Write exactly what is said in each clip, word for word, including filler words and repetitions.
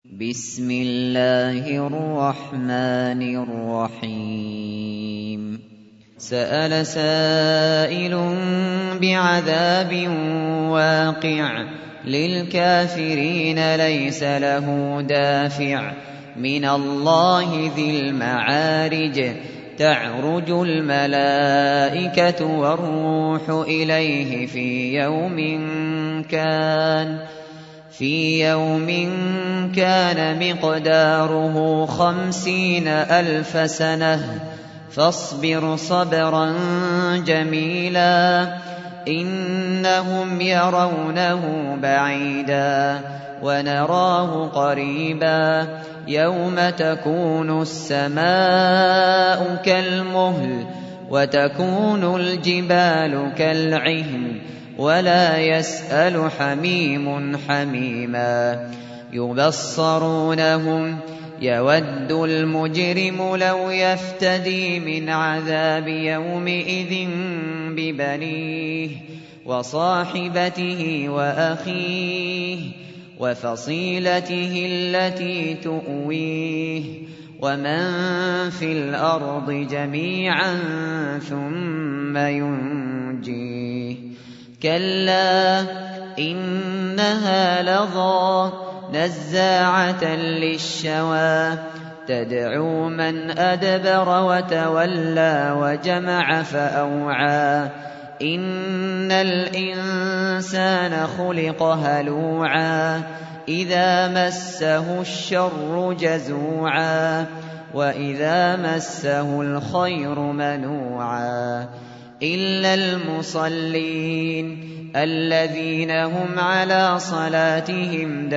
بسم الله الرحمن الرحيم سأل سائل بعذاب واقع للكافرين ليس له دافع من الله ذي المعارج تعرج الملائكة والروح إليه في يوم كان في يوم كان مقداره خمسين ألف سنة فاصبر صبرا جميلا إنهم يرونه بعيدا ونراه قريبا يوم تكون السماء كالمهل وتكون الجبال كالعهن ولا يسأل حميم حميما يبصرونهم يود المجرم لو يفتدي من عذاب يومئذ ببنيه وصاحبته وأخيه وفصيلته التي تؤويه ومن في الأرض جميعا ثم ينجيه كلا إنها لظى نزاعة للشوى تدعو من أدبر وتولى وجمع فأوعى إن الإنسان خلق هلوعا إذا مسه الشر جزوعا وإذا مسه الخير منوعا إلا المصلين الذين هم على صلاتهم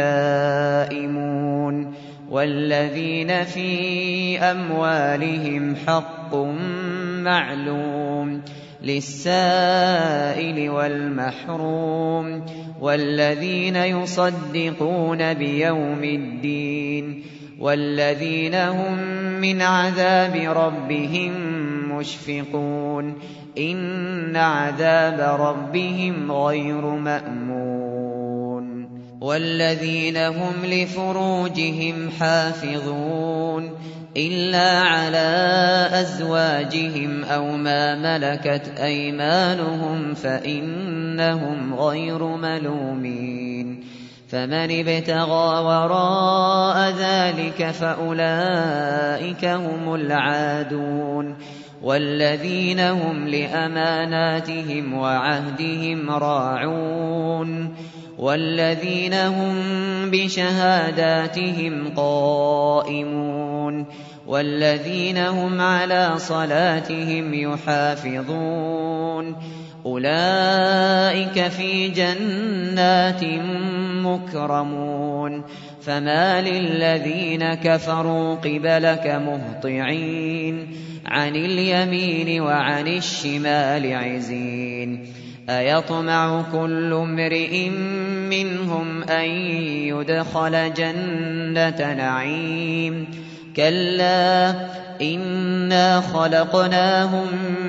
دائمون والذين في أموالهم حق معلوم للسائل والمحروم والذين يصدقون بيوم الدين والذين هم من عذاب ربهم مشفقون إن عذاب ربهم غير مأمون والذين هم لفروجهم حافظون إلا على أزواجهم أو ما ملكت أيمانهم فإنهم غير ملومين فمن ابتغى وراء ذلك فأولئك هم العادون والذين هم لأماناتهم وعهدهم راعون والذين هم بشهاداتهم قائمون والذين هم على صلاتهم يحافظون أولئك في جنات مكرمون فما للذين كفروا قبلك مهطعين عن اليمين وعن الشمال عزين أيطمع كل امرئ منهم أن يدخل جنة نعيم كلا إنا خلقناهم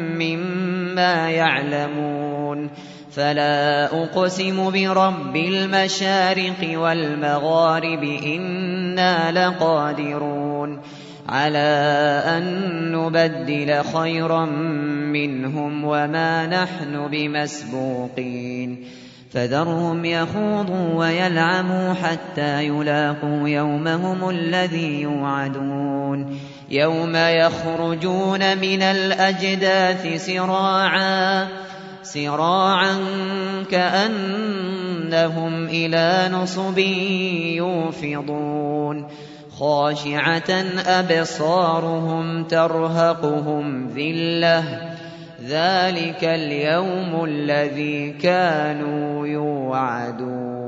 مما يعلمون فلا أقسم برب المشارق والمغارب إنا لقادرون على أن نبدل خيرا منهم وما نحن بمسبوقين فذرهم يخوضوا ويلعبوا حتى يلاقوا يومهم الذي يوعدون يوم يخرجون من الأجداث سراعا سراعا كأنهم إلى نصب يوفضون خاشعة أبصارهم ترهقهم ذلة ذلك اليوم الذي كانوا يوعدون